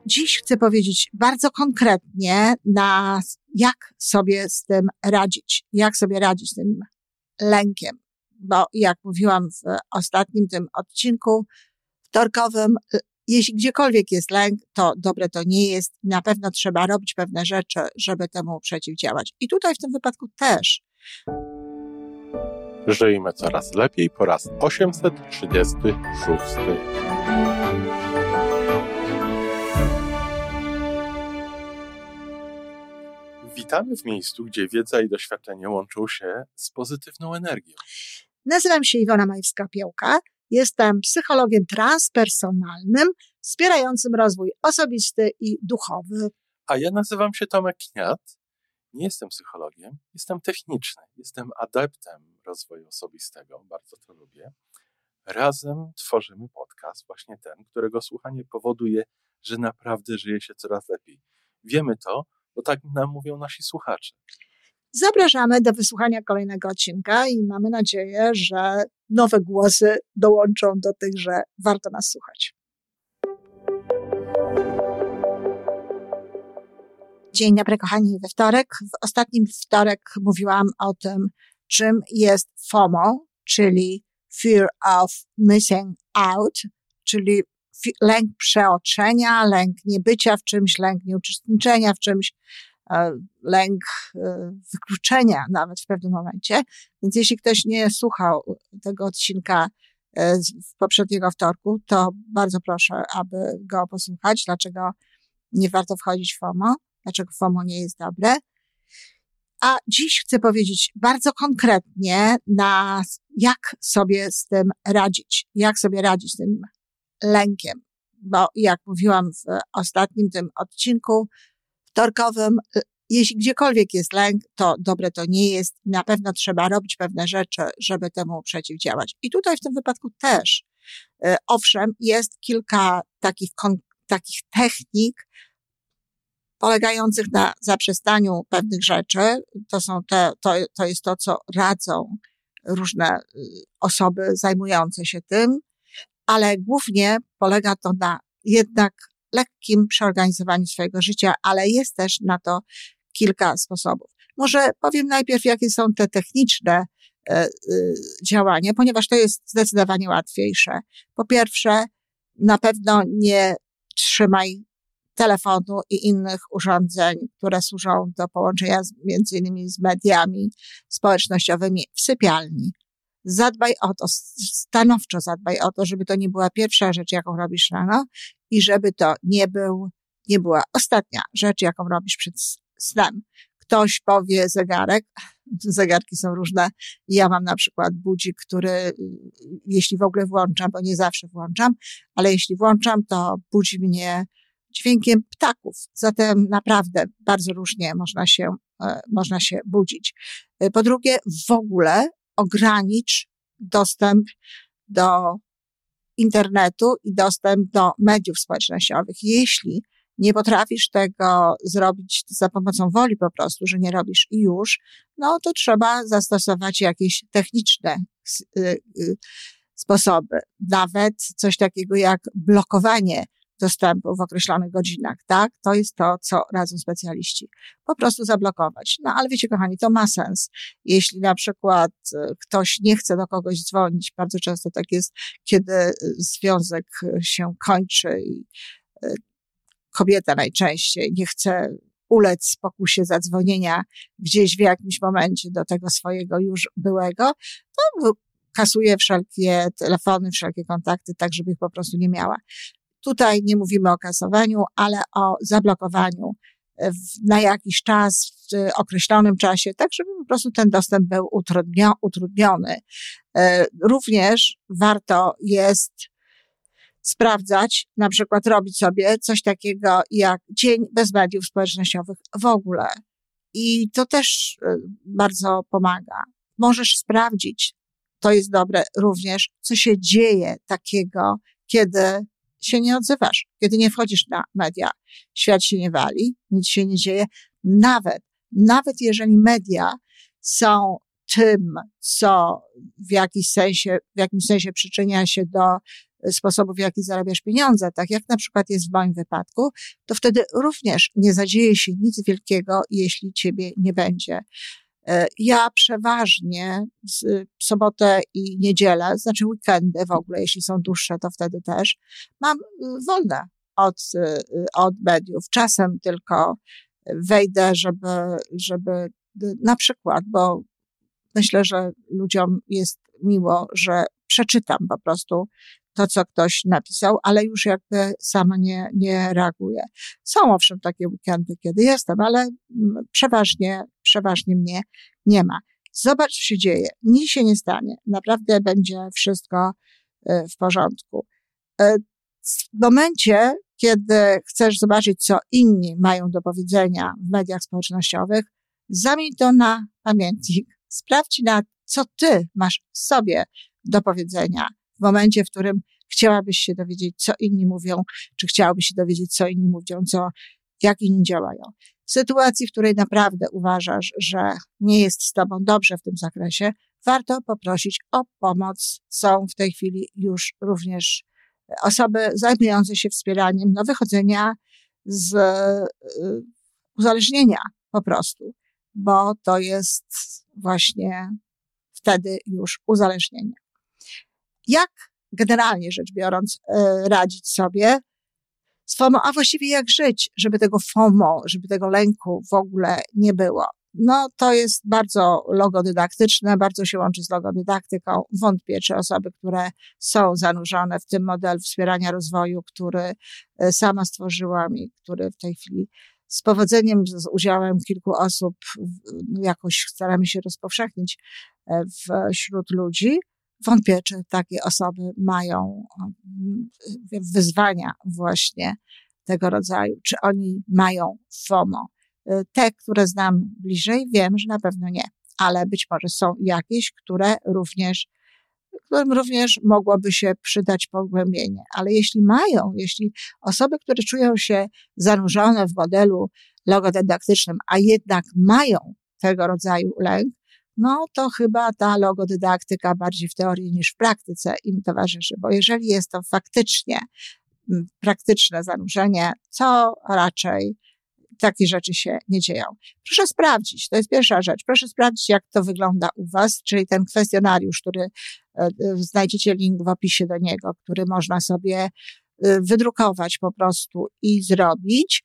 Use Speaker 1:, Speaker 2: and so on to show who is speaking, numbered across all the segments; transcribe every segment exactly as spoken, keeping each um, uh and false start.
Speaker 1: A dziś chcę powiedzieć bardzo konkretnie, na jak sobie z tym radzić, jak sobie radzić z tym lękiem. Bo jak mówiłam w ostatnim tym odcinku wtorkowym, jeśli gdziekolwiek jest lęk, to dobre to nie jest. Na pewno trzeba robić pewne rzeczy, żeby temu przeciwdziałać. I tutaj w tym wypadku też.
Speaker 2: Żyjmy coraz lepiej po raz osiemset trzydziesty szósty. Witamy w miejscu, gdzie wiedza i doświadczenie łączą się z pozytywną energią.
Speaker 1: Nazywam się Iwona Majewska-Piołka. Jestem psychologiem transpersonalnym, wspierającym rozwój osobisty i duchowy.
Speaker 2: A ja nazywam się Tomek Kniat. Nie jestem psychologiem, jestem techniczny. Jestem adeptem rozwoju osobistego, bardzo to lubię. Razem tworzymy podcast, właśnie ten, którego słuchanie powoduje, że naprawdę żyje się coraz lepiej. Wiemy to, bo tak nam mówią nasi słuchacze.
Speaker 1: Zapraszamy do wysłuchania kolejnego odcinka i mamy nadzieję, że nowe głosy dołączą do tych, że warto nas słuchać. Dzień dobry, kochani, we wtorek. W ostatnim wtorek mówiłam o tym, czym jest FOMO, czyli Fear of Missing Out, czyli lęk przeoczenia, lęk niebycia w czymś, lęk nieuczestniczenia w czymś, lęk wykluczenia nawet w pewnym momencie. Więc jeśli ktoś nie słuchał tego odcinka z poprzedniego wtorku, to bardzo proszę, aby go posłuchać. Dlaczego nie warto wchodzić w FOMO? Dlaczego FOMO nie jest dobre? A dziś chcę powiedzieć bardzo konkretnie, na jak sobie z tym radzić. Jak sobie radzić z tym lękiem. Bo jak mówiłam w ostatnim tym odcinku wtorkowym, jeśli gdziekolwiek jest lęk, to dobre to nie jest. Na pewno trzeba robić pewne rzeczy, żeby temu przeciwdziałać. I tutaj w tym wypadku też. Owszem, jest kilka takich, takich technik polegających na zaprzestaniu pewnych rzeczy. To są te, to, to jest to, co radzą różne osoby zajmujące się tym, ale głównie polega to na jednak lekkim przeorganizowaniu swojego życia, ale jest też na to kilka sposobów. Może powiem najpierw, jakie są te techniczne y, y, działania, ponieważ to jest zdecydowanie łatwiejsze. Po pierwsze, na pewno nie trzymaj telefonu i innych urządzeń, które służą do połączenia z, między innymi z mediami społecznościowymi w sypialni. Zadbaj o to, stanowczo zadbaj o to, żeby to nie była pierwsza rzecz, jaką robisz rano i żeby to nie był, nie była ostatnia rzecz, jaką robisz przed snem. Ktoś powie zegarek, zegarki są różne. Ja mam na przykład budzik, który jeśli w ogóle włączam, bo nie zawsze włączam, ale jeśli włączam, to budzi mnie dźwiękiem ptaków. Zatem naprawdę bardzo różnie można się, można się budzić. Po drugie, w ogóle ogranicz dostęp do internetu i dostęp do mediów społecznościowych. Jeśli nie potrafisz tego zrobić za pomocą woli po prostu, że nie robisz i już, no to trzeba zastosować jakieś techniczne sposoby. Nawet coś takiego jak blokowanie dostępu w określonych godzinach, tak? To jest to, co radzą specjaliści. Po prostu zablokować. No ale wiecie, kochani, to ma sens. Jeśli na przykład ktoś nie chce do kogoś dzwonić, bardzo często tak jest, kiedy związek się kończy i kobieta najczęściej nie chce ulec pokusie zadzwonienia gdzieś w jakimś momencie do tego swojego już byłego, to kasuje wszelkie telefony, wszelkie kontakty, tak żeby ich po prostu nie miała. Tutaj nie mówimy o kasowaniu, ale o zablokowaniu w, na jakiś czas, w określonym czasie, tak żeby po prostu ten dostęp był utrudnio, utrudniony. Również warto jest sprawdzać, na przykład robić sobie coś takiego jak dzień bez mediów społecznościowych w ogóle. I to też bardzo pomaga. Możesz sprawdzić, to jest dobre również, co się dzieje takiego, kiedy się nie odzywasz, kiedy nie wchodzisz na media. Świat się nie wali, nic się nie dzieje. Nawet, nawet jeżeli media są tym, co w jakiś sensie, w jakimś sensie przyczynia się do sposobów, w jaki zarabiasz pieniądze, tak jak na przykład jest w moim wypadku, to wtedy również nie zadzieje się nic wielkiego, jeśli ciebie nie będzie. Ja przeważnie w sobotę i niedzielę, znaczy weekendy w ogóle, jeśli są dłuższe, to wtedy też, mam wolne od, od mediów. Czasem tylko wejdę, żeby, żeby na przykład, bo myślę, że ludziom jest miło, że przeczytam po prostu to, co ktoś napisał, ale już jakby sama nie, nie reaguję. Są owszem takie weekendy, kiedy jestem, ale przeważnie, przeważnie mnie nie ma. Zobacz, co się dzieje. Nic się nie stanie. Naprawdę będzie wszystko w porządku. W momencie, kiedy chcesz zobaczyć, co inni mają do powiedzenia w mediach społecznościowych, zamień to na pamiętnik. Sprawdź na co ty masz sobie do powiedzenia w momencie, w którym chciałabyś się dowiedzieć, co inni mówią, czy chciałabyś się dowiedzieć, co inni mówią, co, jak inni działają. W sytuacji, w której naprawdę uważasz, że nie jest z tobą dobrze w tym zakresie, warto poprosić o pomoc. Są w tej chwili już również osoby zajmujące się wspieraniem no, wychodzenia z y, uzależnienia po prostu, bo to jest właśnie wtedy już uzależnienie. Jak generalnie rzecz biorąc y, radzić sobie z FOMO, a właściwie jak żyć, żeby tego FOMO, żeby tego lęku w ogóle nie było? No, to jest bardzo logodydaktyczne, bardzo się łączy z logodydaktyką. Wątpię, czy osoby, które są zanurzone w tym modelu wspierania rozwoju, który sama stworzyłam i który w tej chwili z powodzeniem, z udziałem kilku osób jakoś staramy się rozpowszechnić wśród ludzi. Wątpię, czy takie osoby mają wyzwania właśnie tego rodzaju, czy oni mają FOMO. Te, które znam bliżej, wiem, że na pewno nie, ale być może są jakieś, które również, którym również mogłoby się przydać pogłębienie. Ale jeśli mają, jeśli osoby, które czują się zanurzone w modelu logodydaktycznym, a jednak mają tego rodzaju lęk, no to chyba ta logodydaktyka bardziej w teorii niż w praktyce im towarzyszy, bo jeżeli jest to faktycznie praktyczne zanurzenie, to raczej takie rzeczy się nie dzieją. Proszę sprawdzić, to jest pierwsza rzecz, proszę sprawdzić, jak to wygląda u was, czyli ten kwestionariusz, który znajdziecie link w opisie do niego, który można sobie wydrukować po prostu i zrobić.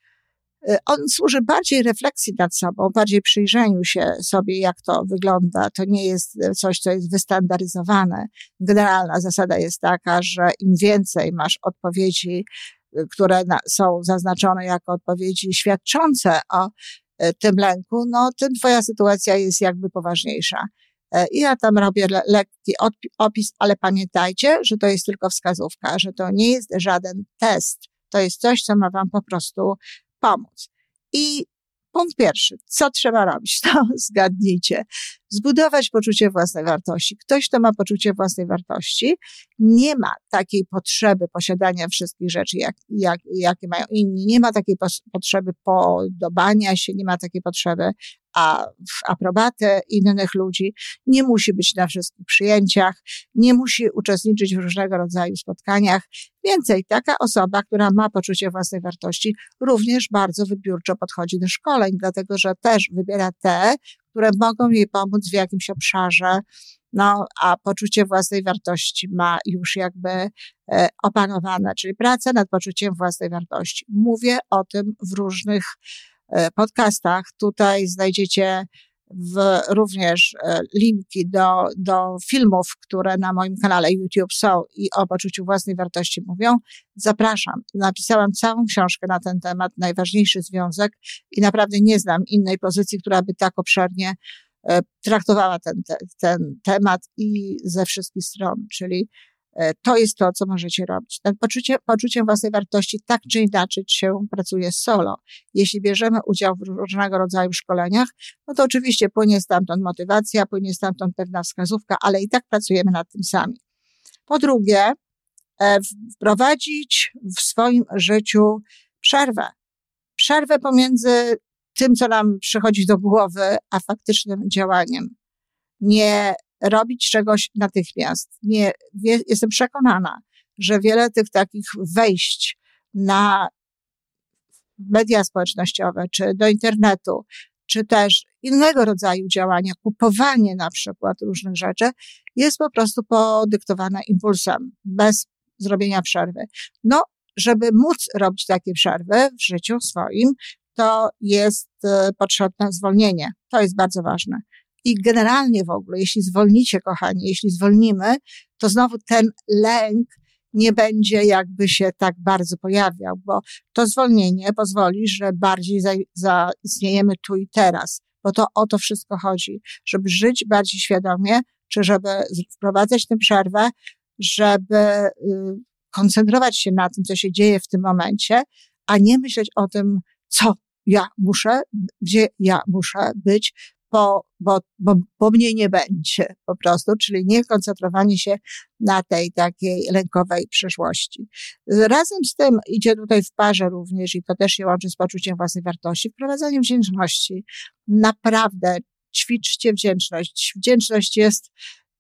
Speaker 1: On służy bardziej refleksji nad sobą, bardziej przyjrzeniu się sobie, jak to wygląda. To nie jest coś, co jest wystandaryzowane. Generalna zasada jest taka, że im więcej masz odpowiedzi, które są zaznaczone jako odpowiedzi świadczące o tym lęku, no tym twoja sytuacja jest jakby poważniejsza. I ja tam robię le- lekki opis, ale pamiętajcie, że to jest tylko wskazówka, że to nie jest żaden test. To jest coś, co ma wam po prostu pomóc. I punkt pierwszy. Co trzeba robić? To zgadnijcie. Zbudować poczucie własnej wartości. Ktoś, kto ma poczucie własnej wartości, nie ma takiej potrzeby posiadania wszystkich rzeczy, jak, jak, jakie mają inni. Nie ma takiej pos- potrzeby podobania się, nie ma takiej potrzeby a, w aprobatę innych ludzi. Nie musi być na wszystkich przyjęciach. Nie musi uczestniczyć w różnego rodzaju spotkaniach. Więcej, taka osoba, która ma poczucie własnej wartości, również bardzo wybiórczo podchodzi do szkoleń, dlatego że też wybiera te, które mogą jej pomóc w jakimś obszarze, no, a poczucie własnej wartości ma już jakby e, opanowane, czyli praca nad poczuciem własnej wartości. Mówię o tym w różnych e, podcastach. Tutaj znajdziecie w, również e, linki do, do filmów, które na moim kanale YouTube są i o poczuciu własnej wartości mówią. Zapraszam. Napisałam całą książkę na ten temat, najważniejszy związek i naprawdę nie znam innej pozycji, która by tak obszernie e, traktowała ten, te, ten temat i ze wszystkich stron, czyli e, to jest to, co możecie robić. Nad poczucie, poczuciem własnej wartości tak czy inaczej się pracuje solo. Jeśli bierzemy udział w różnego rodzaju szkoleniach, no to oczywiście płynie stamtąd motywacja, płynie stamtąd pewna wskazówka, ale i tak pracujemy nad tym sami. Po drugie, e, wprowadzić w swoim życiu przerwę. Przerwę pomiędzy tym, co nam przychodzi do głowy, a faktycznym działaniem. Nie robić czegoś natychmiast. Nie, jestem przekonana, że wiele tych takich wejść na media społecznościowe, czy do internetu, czy też innego rodzaju działania, kupowanie na przykład różnych rzeczy, jest po prostu podyktowane impulsem, bez zrobienia przerwy. No, żeby móc robić takie przerwy w życiu swoim, to jest potrzebne zwolnienie. To jest bardzo ważne. I generalnie w ogóle, jeśli zwolnicie, kochani, jeśli zwolnimy, to znowu ten lęk nie będzie jakby się tak bardzo pojawiał, bo to zwolnienie pozwoli, że bardziej za, zaistniejemy tu i teraz, bo to o to wszystko chodzi, żeby żyć bardziej świadomie, czy żeby wprowadzać tę przerwę, żeby y, koncentrować się na tym, co się dzieje w tym momencie, a nie myśleć o tym, co ja muszę, gdzie ja muszę być, bo, bo, bo, bo mnie nie będzie po prostu, czyli nie koncentrowanie się na tej takiej lękowej przyszłości. Razem z tym idzie tutaj w parze również, i to też się łączy z poczuciem własnej wartości, wprowadzanie wdzięczności. Naprawdę ćwiczcie wdzięczność. Wdzięczność jest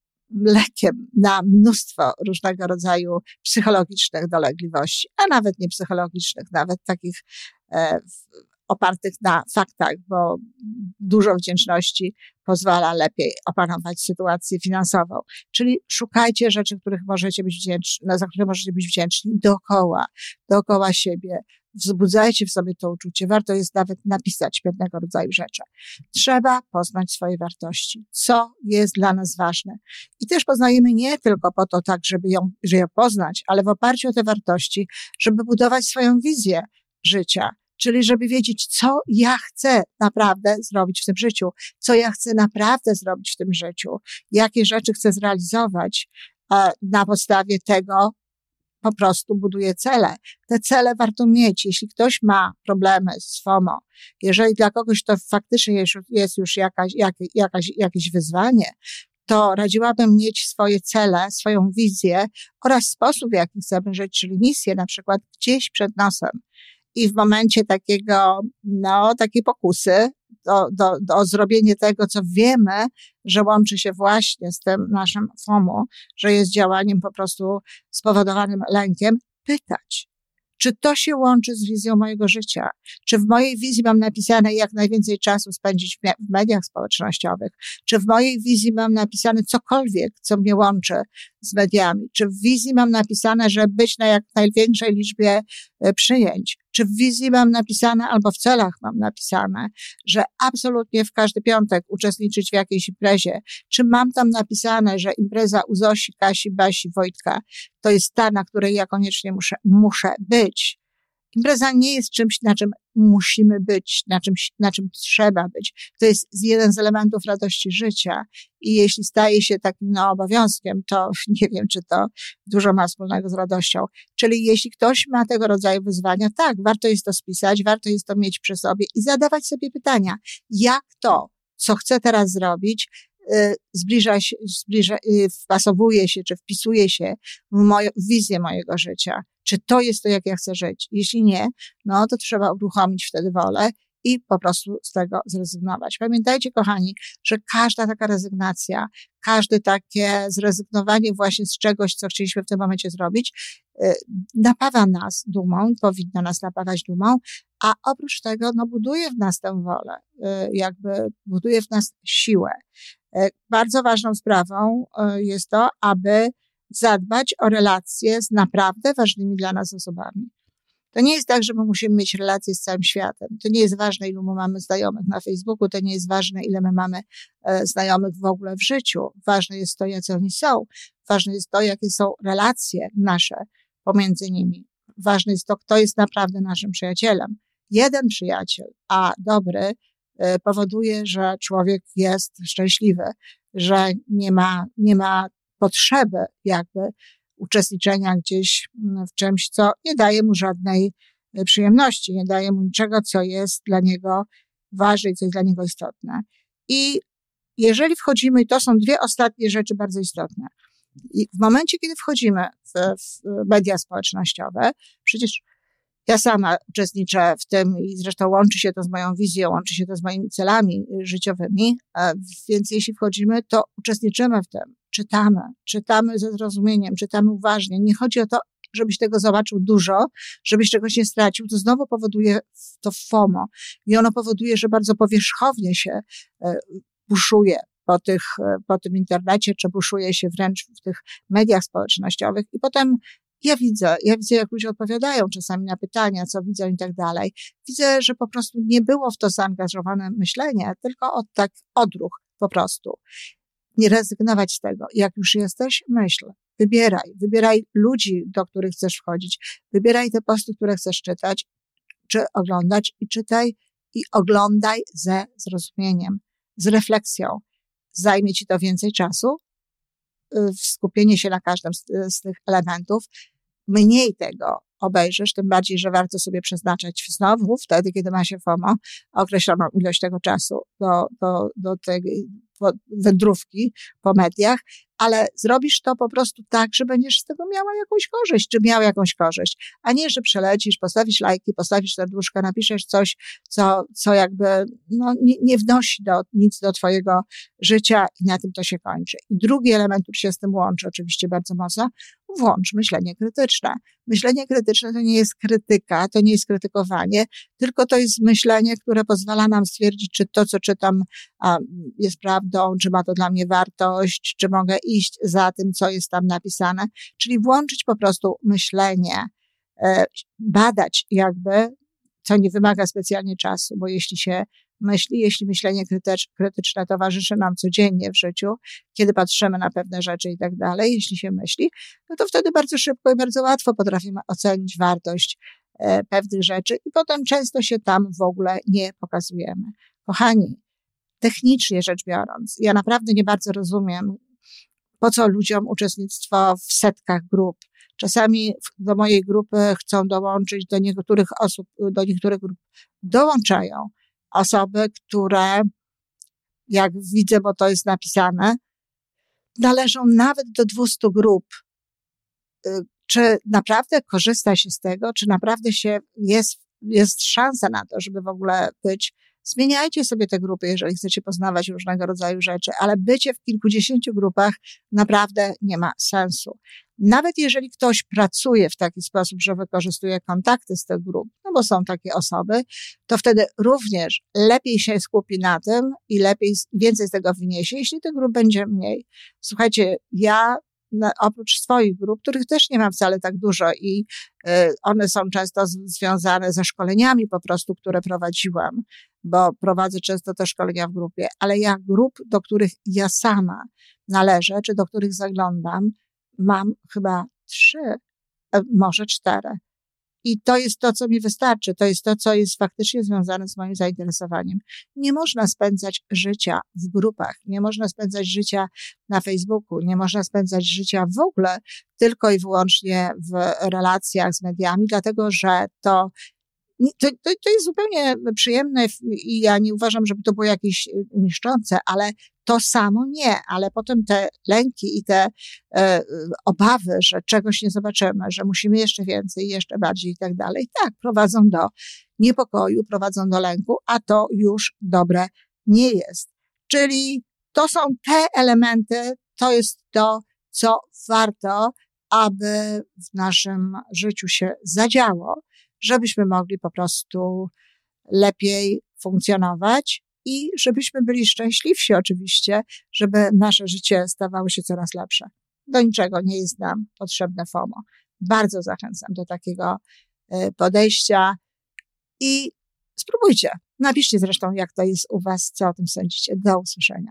Speaker 1: lekiem na mnóstwo różnego rodzaju psychologicznych dolegliwości, a nawet nie psychologicznych, nawet takich e, opartych na faktach, bo dużo wdzięczności pozwala lepiej opanować sytuację finansową. Czyli szukajcie rzeczy, których możecie być wdzięczni, za które możecie być wdzięczni dookoła, dookoła siebie. Wzbudzajcie w sobie to uczucie. Warto jest nawet napisać pewnego rodzaju rzeczy. Trzeba poznać swoje wartości. Co jest dla nas ważne. I też poznajemy nie tylko po to tak, żeby ją, żeby ją poznać, ale w oparciu o te wartości, żeby budować swoją wizję życia. Czyli żeby wiedzieć, co ja chcę naprawdę zrobić w tym życiu, co ja chcę naprawdę zrobić w tym życiu, jakie rzeczy chcę zrealizować. Na podstawie tego po prostu buduję cele. Te cele warto mieć. Jeśli ktoś ma problemy z FOMO, jeżeli dla kogoś to faktycznie jest, jest już jakaś, jak, jakaś, jakieś wyzwanie, to radziłabym mieć swoje cele, swoją wizję oraz sposób, w jaki chcemy żyć, czyli misję na przykład gdzieś przed nosem. I w momencie takiego, no, takiej pokusy do, do, do zrobienia tego, co wiemy, że łączy się właśnie z tym naszym FOMO, że jest działaniem po prostu spowodowanym lękiem, pytać, czy to się łączy z wizją mojego życia? Czy w mojej wizji mam napisane, jak najwięcej czasu spędzić w, me- w mediach społecznościowych? Czy w mojej wizji mam napisane cokolwiek, co mnie łączy z mediami? Czy w wizji mam napisane, że być na jak największej liczbie e, przyjęć? Czy w wizji mam napisane, albo w celach mam napisane, że absolutnie w każdy piątek uczestniczyć w jakiejś imprezie? Czy mam tam napisane, że impreza u Zosi, Kasi, Basi, Wojtka to jest ta, na której ja koniecznie muszę, muszę być? Impreza nie jest czymś, na czym musimy być, na czym, na czym trzeba być. To jest jeden z elementów radości życia. I jeśli staje się takim no, obowiązkiem, to nie wiem, czy to dużo ma wspólnego z radością. Czyli jeśli ktoś ma tego rodzaju wyzwania, tak, warto jest to spisać, warto jest to mieć przy sobie i zadawać sobie pytania, jak to, co chcę teraz zrobić, zbliża się, zbliża, wpasowuje się, czy wpisuje się w moją w wizję mojego życia. Czy to jest to, jak ja chcę żyć? Jeśli nie, no to trzeba uruchomić wtedy wolę i po prostu z tego zrezygnować. Pamiętajcie, kochani, że każda taka rezygnacja, każde takie zrezygnowanie właśnie z czegoś, co chcieliśmy w tym momencie zrobić, napawa nas dumą, powinno nas napawać dumą, a oprócz tego, no, buduje w nas tę wolę, jakby buduje w nas siłę. Bardzo ważną sprawą jest to, aby zadbać o relacje z naprawdę ważnymi dla nas osobami. To nie jest tak, że my musimy mieć relacje z całym światem. To nie jest ważne, ilu my mamy znajomych na Facebooku, to nie jest ważne, ile my mamy e, znajomych w ogóle w życiu. Ważne jest to, jacy oni są. Ważne jest to, jakie są relacje nasze pomiędzy nimi. Ważne jest to, kto jest naprawdę naszym przyjacielem. Jeden przyjaciel, a dobry, e, powoduje, że człowiek jest szczęśliwy, że nie ma, nie ma potrzeby jakby uczestniczenia gdzieś w czymś, co nie daje mu żadnej przyjemności, nie daje mu niczego, co jest dla niego ważne i co jest dla niego istotne. I jeżeli wchodzimy, i to są dwie ostatnie rzeczy bardzo istotne, i w momencie, kiedy wchodzimy w, w media społecznościowe, przecież Ja sama uczestniczę w tym i zresztą łączy się to z moją wizją, łączy się to z moimi celami życiowymi, więc jeśli wchodzimy, to uczestniczymy w tym, czytamy, czytamy ze zrozumieniem, czytamy uważnie. Nie chodzi o to, żebyś tego zobaczył dużo, żebyś czegoś nie stracił, to znowu powoduje to FOMO i ono powoduje, że bardzo powierzchownie się buszuje po tych, po tym internecie, czy buszuje się wręcz w tych mediach społecznościowych i potem ja widzę, ja widzę, jak ludzie odpowiadają czasami na pytania, co widzą i tak dalej. Widzę, że po prostu nie było w to zaangażowane myślenie, tylko od tak odruch po prostu. Nie rezygnować z tego. Jak już jesteś, myśl. Wybieraj. Wybieraj ludzi, do których chcesz wchodzić. Wybieraj te posty, które chcesz czytać, czy oglądać i czytaj i oglądaj ze zrozumieniem, z refleksją. Zajmie ci to więcej czasu, skupienie się na każdym z, z tych elementów. Mniej tego obejrzysz, tym bardziej, że warto sobie przeznaczać znowu, wtedy, kiedy ma się FOMO, określoną ilość tego czasu do, do, do tej wędrówki po mediach, ale zrobisz to po prostu tak, że będziesz z tego miała jakąś korzyść, czy miał jakąś korzyść, a nie, że przelecisz, postawisz lajki, postawisz serduszko, napiszesz coś, co, co jakby no, nie, nie wnosi do, nic do twojego życia i na tym to się kończy. I drugi element, który się z tym łączy oczywiście bardzo mocno, włącz myślenie krytyczne. Myślenie krytyczne to nie jest krytyka, to nie jest krytykowanie, tylko to jest myślenie, które pozwala nam stwierdzić, czy to, co czytam, jest prawdą, czy ma to dla mnie wartość, czy mogę iść za tym, co jest tam napisane. Czyli włączyć po prostu myślenie, badać jakby, co nie wymaga specjalnie czasu, bo jeśli się myśli, jeśli myślenie krytyczne towarzyszy nam codziennie w życiu, kiedy patrzymy na pewne rzeczy i tak dalej, jeśli się myśli, no to wtedy bardzo szybko i bardzo łatwo potrafimy ocenić wartość e, pewnych rzeczy i potem często się tam w ogóle nie pokazujemy. Kochani, technicznie rzecz biorąc, ja naprawdę nie bardzo rozumiem, po co ludziom uczestnictwo w setkach grup. Czasami do mojej grupy chcą dołączyć, do niektórych osób, do niektórych grup dołączają osoby, które, jak widzę, bo to jest napisane, należą nawet do dwustu grup. Czy naprawdę korzysta się z tego? Czy naprawdę się jest, jest szansa na to, żeby w ogóle być? Zmieniajcie sobie te grupy, jeżeli chcecie poznawać różnego rodzaju rzeczy, ale bycie w kilkudziesięciu grupach naprawdę nie ma sensu. Nawet jeżeli ktoś pracuje w taki sposób, że wykorzystuje kontakty z tych grup, no bo są takie osoby, to wtedy również lepiej się skupi na tym i lepiej, więcej z tego wyniesie, jeśli tych grup będzie mniej. Słuchajcie, ja na, oprócz swoich grup, których też nie mam wcale tak dużo i y, one są często z, związane ze szkoleniami po prostu, które prowadziłam, bo prowadzę często te szkolenia w grupie, ale ja grup, do których ja sama należę, czy do których zaglądam, mam chyba trzy, może cztery. I to jest to, co mi wystarczy. To jest to, co jest faktycznie związane z moim zainteresowaniem. Nie można spędzać życia w grupach. Nie można spędzać życia na Facebooku. Nie można spędzać życia w ogóle tylko i wyłącznie w relacjach z mediami, dlatego że to To, to, to jest zupełnie przyjemne i ja nie uważam, żeby to było jakieś niszczące, ale to samo nie, ale potem te lęki i te e, obawy, że czegoś nie zobaczymy, że musimy jeszcze więcej, jeszcze bardziej i tak dalej, tak, prowadzą do niepokoju, prowadzą do lęku, a to już dobre nie jest. Czyli to są te elementy, to jest to, co warto, aby w naszym życiu się zadziało, żebyśmy mogli po prostu lepiej funkcjonować i żebyśmy byli szczęśliwsi oczywiście, żeby nasze życie stawało się coraz lepsze. Do niczego nie jest nam potrzebne FOMO. Bardzo zachęcam do takiego podejścia i spróbujcie. Napiszcie zresztą, jak to jest u was, co o tym sądzicie. Do usłyszenia.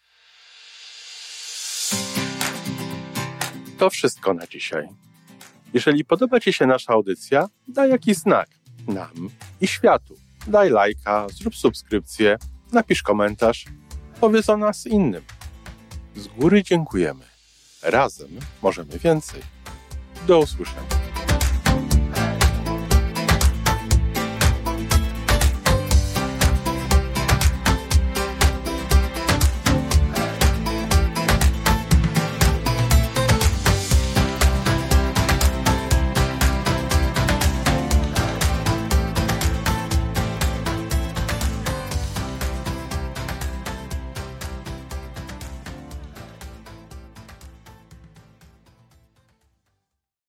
Speaker 2: To wszystko na dzisiaj. Jeżeli podoba ci się nasza audycja, daj jakiś znak nam i światu. Daj lajka, zrób subskrypcję, napisz komentarz, powiedz o nas innym. Z góry dziękujemy. Razem możemy więcej. Do usłyszenia.